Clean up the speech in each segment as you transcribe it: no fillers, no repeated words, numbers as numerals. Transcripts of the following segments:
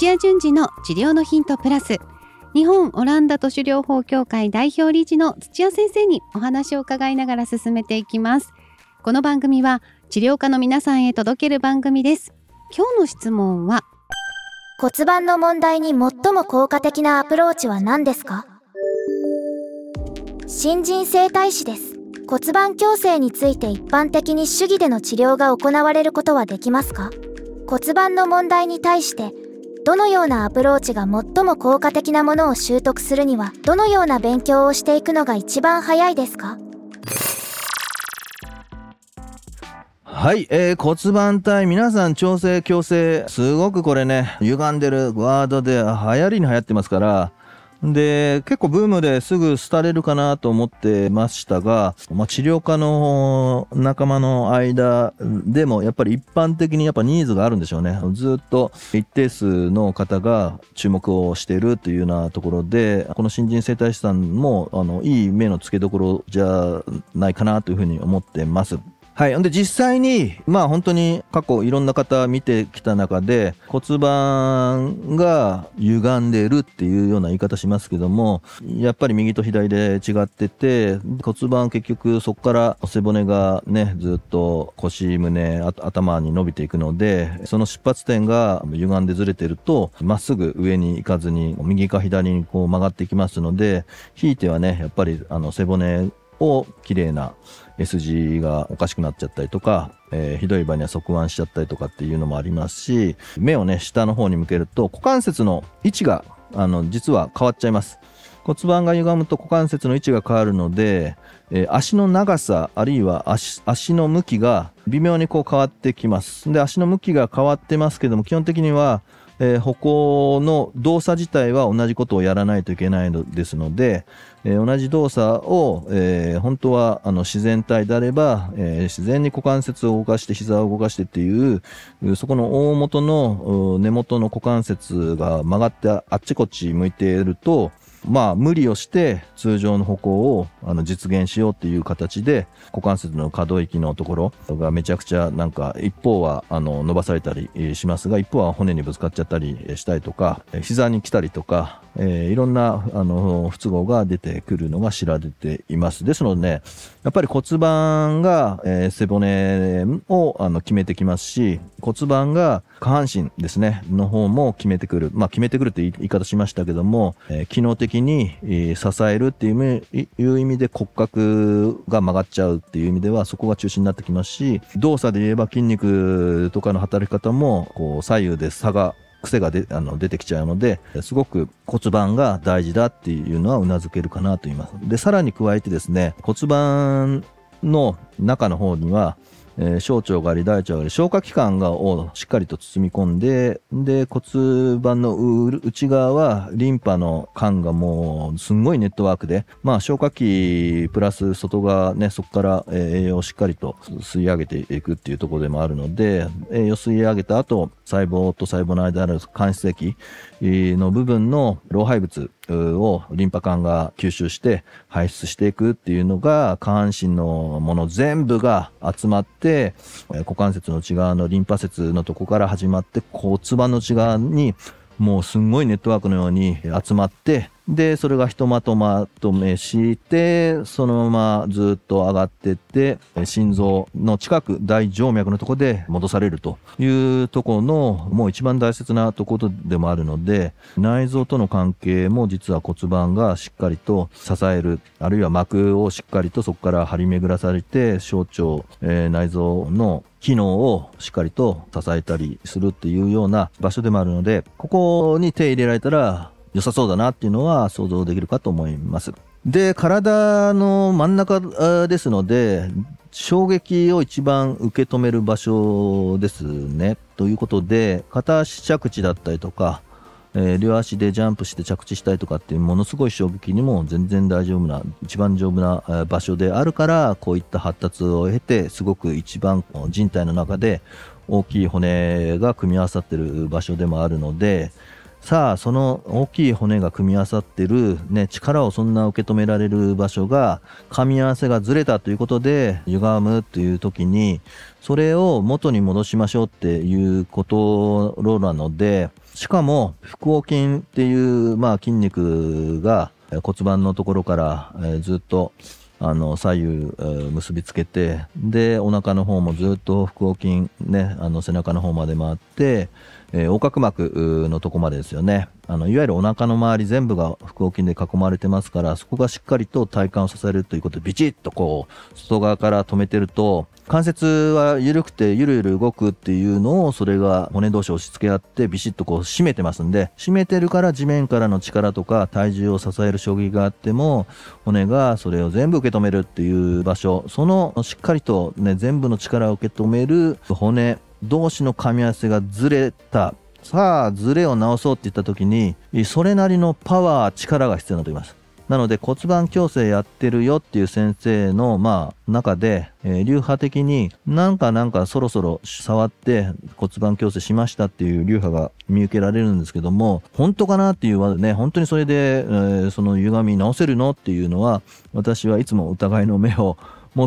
土屋順次の治療のヒントプラス、日本オランダ都市療法協会代表理事の土屋先生にお話を伺いながら進めていきます。この番組は治療家の皆さんへ届ける番組です。今日の質問は、 骨盤の問題に最も効果的なアプローチは何ですか？新人整体師です。骨盤矯正について一般的に手技での治療が行われることはできますか？骨盤の問題に対してどのようなアプローチが最も効果的なものを習得するにはどのような勉強をしていくのが一番早いですか？ はい、骨盤体、皆さん調整矯正、すごくこれね、歪んでるワードで流行りに流行ってますから、で結構ブームですぐ廃れるかなと思ってましたが、治療家の仲間の間でもやっぱり一般的にやっぱニーズがあるんでしょうね。ずっと一定数の方が注目をしているというようなところで、この新人整体師さんもいい目の付けどころじゃないかなというふうに思ってます。はい。で、実際に、本当に過去いろんな方見てきた中で、骨盤が歪んでいるっていうような言い方しますけども、やっぱり右と左で違ってて、骨盤結局そこから背骨がね、ずっと腰、胸、頭に伸びていくので、その出発点が歪んでずれてると、まっすぐ上に行かずに、右か左にこう曲がっていきますので、ひいてはね、やっぱり背骨を綺麗なS 字がおかしくなっちゃったりとか、ひどい場合には側弯しちゃったりとかっていうのもありますし、目をね下の方に向けると股関節の位置が実は変わっちゃいます。骨盤が歪むと股関節の位置が変わるので、足の長さあるいは足の向きが微妙にこう変わってきます。で、足の向きが変わってますけども、基本的には歩行の動作自体は同じことをやらないといけないのですので、同じ動作を、本当は自然体であれば、自然に股関節を動かして膝を動かしてっていうそこの大元の根元の股関節が曲がってあっちこっち向いていると、無理をして通常の歩行を実現しようっていう形で股関節の可動域のところがめちゃくちゃ一方は伸ばされたりしますが、一方は骨にぶつかっちゃったりしたりとか、膝に来たりとか、いろんな不都合が出てくるのが知られています。ですのでね、やっぱり骨盤が、背骨を決めてきますし、骨盤が下半身ですねの方も決めてくる。決めてくるって言い方しましたけども、機能的に支えるっていう意味で骨格が曲がっちゃうっていう意味ではそこが中心になってきますし、動作で言えば筋肉とかの働き方もこう左右で癖が出てきちゃうので、すごく骨盤が大事だっていうのはうなずけるかなと言います。で、さらに加えてですね、骨盤の中の方には小腸があり大腸があり、消化器官をしっかりと包み込んで、で骨盤の内側はリンパの管がもうすんごいネットワークで、消化器プラス外側ね、そこから栄養をしっかりと吸い上げていくっていうところでもあるので、栄養吸い上げた後、細胞と細胞の間にある間質液の部分の老廃物をリンパ管が吸収して排出していくっていうのが、下半身のもの全部が集まって股関節の内側のリンパ節のとこから始まって骨盤の内側にもうすんごいネットワークのように集まって、でそれがひとまとめしてそのままずっと上がってって心臓の近く大静脈のところで戻されるというところのもう一番大切なところでもあるので、内臓との関係も実は骨盤がしっかりと支える、あるいは膜をしっかりとそこから張り巡らされて小腸、内臓の機能をしっかりと支えたりするっていうような場所でもあるので、ここに手入れられたら良さそうだなっていうのは想像できるかと思います。で、体の真ん中ですので、衝撃を一番受け止める場所ですね。ということで、片足着地だったりとか、両足でジャンプして着地したりとかっていうものすごい衝撃にも全然大丈夫な、一番丈夫な場所であるから、こういった発達を経てすごく一番人体の中で大きい骨が組み合わさっている場所でもあるので、 さあその大きい骨が組み合わさってる、ね、力をそんな受け止められる場所が噛み合わせがずれたということで歪むという時に、それを元に戻しましょうっていうことなので、しかも腹横筋っていう、筋肉が骨盤のところから、ずっと左右、結びつけて、でお腹の方もずっと腹横筋ね、背中の方まで回って、横隔膜のとこまでですよね。いわゆるお腹の周り全部が腹横筋で囲まれてますから、そこがしっかりと体幹を支えるということでビチッとこう外側から止めてると、関節は緩くてゆるゆる動くっていうのを、それが骨同士押し付け合ってビシッとこう締めてますんで、締めてるから地面からの力とか体重を支える衝撃があっても骨がそれを全部受け止めるっていう場所、そのしっかりとね全部の力を受け止める骨同士の噛み合わせがずれた。さあずれを直そうって言った時に、それなりのパワー、力が必要になってきます。なので骨盤矯正やってるよっていう先生の中で、流派的になんかそろそろ触って骨盤矯正しましたっていう流派が見受けられるんですけども、本当かなっていうね、本当にそれで、その歪み直せるのっていうのは、私はいつも疑いの目を持って、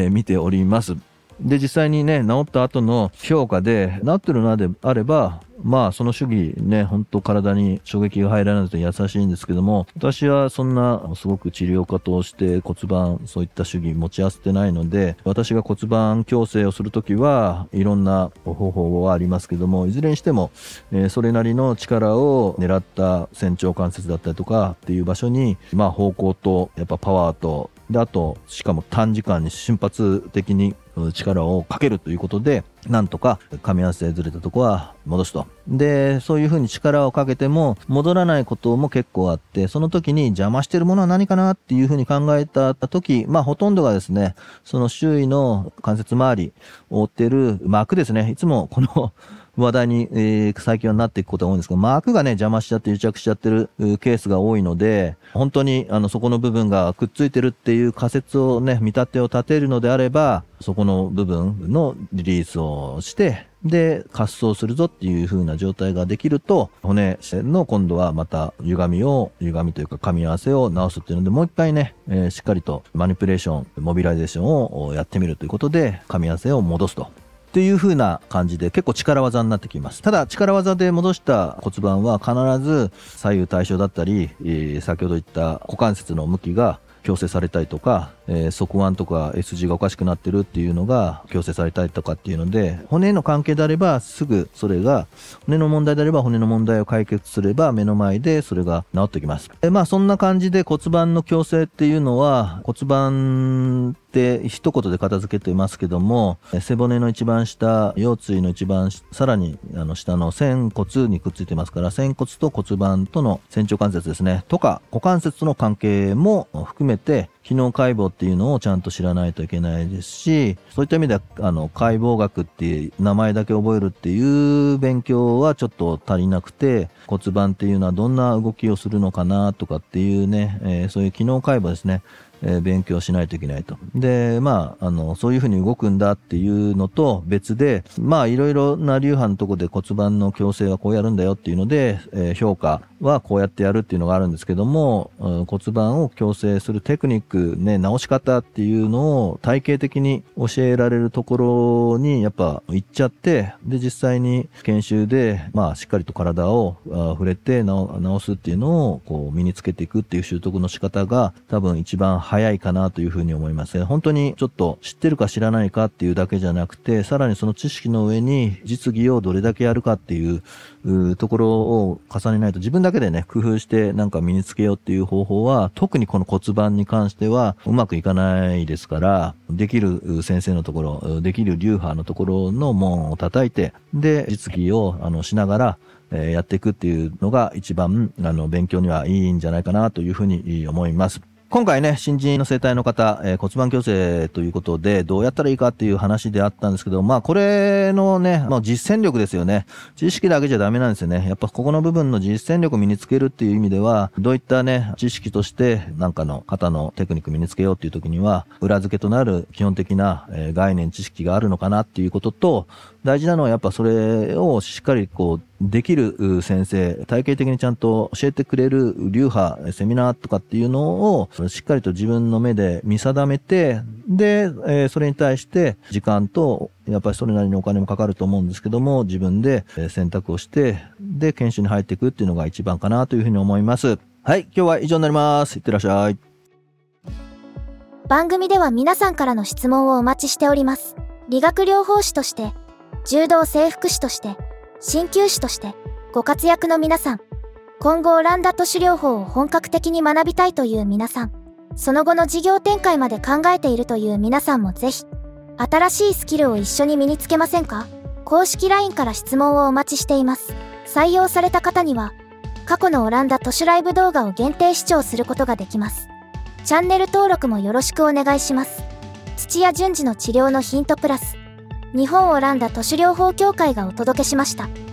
見ております。で実際にね治った後の評価で、治ってるのであればその主義ね、本当体に衝撃が入らないと優しいんですけども、私はそんなすごく治療家として骨盤そういった主義持ち合わせてないので、私が骨盤矯正をするときはいろんな方法はありますけども、いずれにしても、それなりの力を狙った仙腸関節だったりとかっていう場所に方向とやっぱパワーとで、あとしかも短時間に瞬発的に力をかけるということで、なんとか噛み合わせずれたとこは戻すと。でそういうふうに力をかけても戻らないことも結構あって、その時に邪魔してるものは何かなっていうふうに考えた時、ほとんどがですね、その周囲の関節周りを覆ってる膜ですね。いつもこの話題に、最近はなっていくことが多いんですけど、膜がね邪魔しちゃって癒着しちゃってるケースが多いので、本当にそこの部分がくっついてるっていう仮説をね、見立てを立てるのであれば、そこの部分のリリースをして、で滑走するぞっていう風な状態ができると、骨の今度はまた歪みというか噛み合わせを直すっていうので、もう一回ね、しっかりとマニピュレーション、モビライゼーションをやってみるということで噛み合わせを戻すという風な感じで、結構力技になってきます。ただ力技で戻した骨盤は必ず左右対称だったり、先ほど言った股関節の向きが矯正されたりとか、側腕とか S 字がおかしくなってるっていうのが矯正されたりとかっていうので、骨の関係であればすぐそれが、骨の問題であれば骨の問題を解決すれば目の前でそれが治ってきます。そんな感じで骨盤の矯正っていうのは、骨盤って一言で片付けていますけども、背骨の一番下、腰椎の一番さらに下の仙骨にくっついてますから、仙骨と骨盤との仙腸関節ですねとか股関節との関係も含めて機能解剖っていうのをちゃんと知らないといけないですし、そういった意味では解剖学っていう名前だけ覚えるっていう勉強はちょっと足りなくて、骨盤っていうのはどんな動きをするのかなとかっていうね、そういう機能解剖ですね、勉強しないといけないと。でそういうふうに動くんだっていうのと別で、いろいろな流派のとこで骨盤の矯正はこうやるんだよっていうので、評価はこうやってやるっていうのがあるんですけども、骨盤を矯正するテクニックね、直し方っていうのを体系的に教えられるところにやっぱ行っちゃって、で実際に研修でしっかりと体を触れて直すっていうのをこう身につけていくっていう習得の仕方が多分一番早いかなというふうに思います。本当にちょっと知ってるか知らないかっていうだけじゃなくて、さらにその知識の上に実技をどれだけやるかっていうところを重ねないと、自分だけでね工夫して身につけようっていう方法は特にこの骨盤に関してはうまくいかないですから、できる先生のところ、できる流派のところの門を叩いて、で実技をしながらやっていくっていうのが一番勉強にはいいんじゃないかなというふうに思います。今回ね、新人の整体の方、骨盤矯正ということでどうやったらいいかっていう話であったんですけど、これのね、実践力ですよね。知識だけじゃダメなんですよね。やっぱここの部分の実践力を身につけるっていう意味では、どういったね、知識として肩のテクニック身につけようっていう時には、裏付けとなる基本的な概念知識があるのかなっていうことと、 大事なのはやっぱそれをしっかりできる先生、体系的にちゃんと教えてくれる流派、セミナーとかっていうのをしっかりと自分の目で見定めて、で、それに対して時間とやっぱりそれなりにお金もかかると思うんですけども、自分で選択をして、で、研修に入っていくっていうのが一番かなというふうに思います。はい、今日は以上になります。いってらっしゃい。 番組では皆さんからの質問をお待ちしております。理学療法士として、柔道整復師として、鍼灸師としてご活躍の皆さん、今後オランダ都市療法を本格的に学びたいという皆さん、その後の事業展開まで考えているという皆さんもぜひ新しいスキルを一緒に身につけませんか？公式 LINE から質問をお待ちしています。採用された方には過去のオランダ都市ライブ動画を限定視聴することができます。チャンネル登録もよろしくお願いします。土屋順次の治療のヒントプラス、日本オランダ都市療法協会がお届けしました。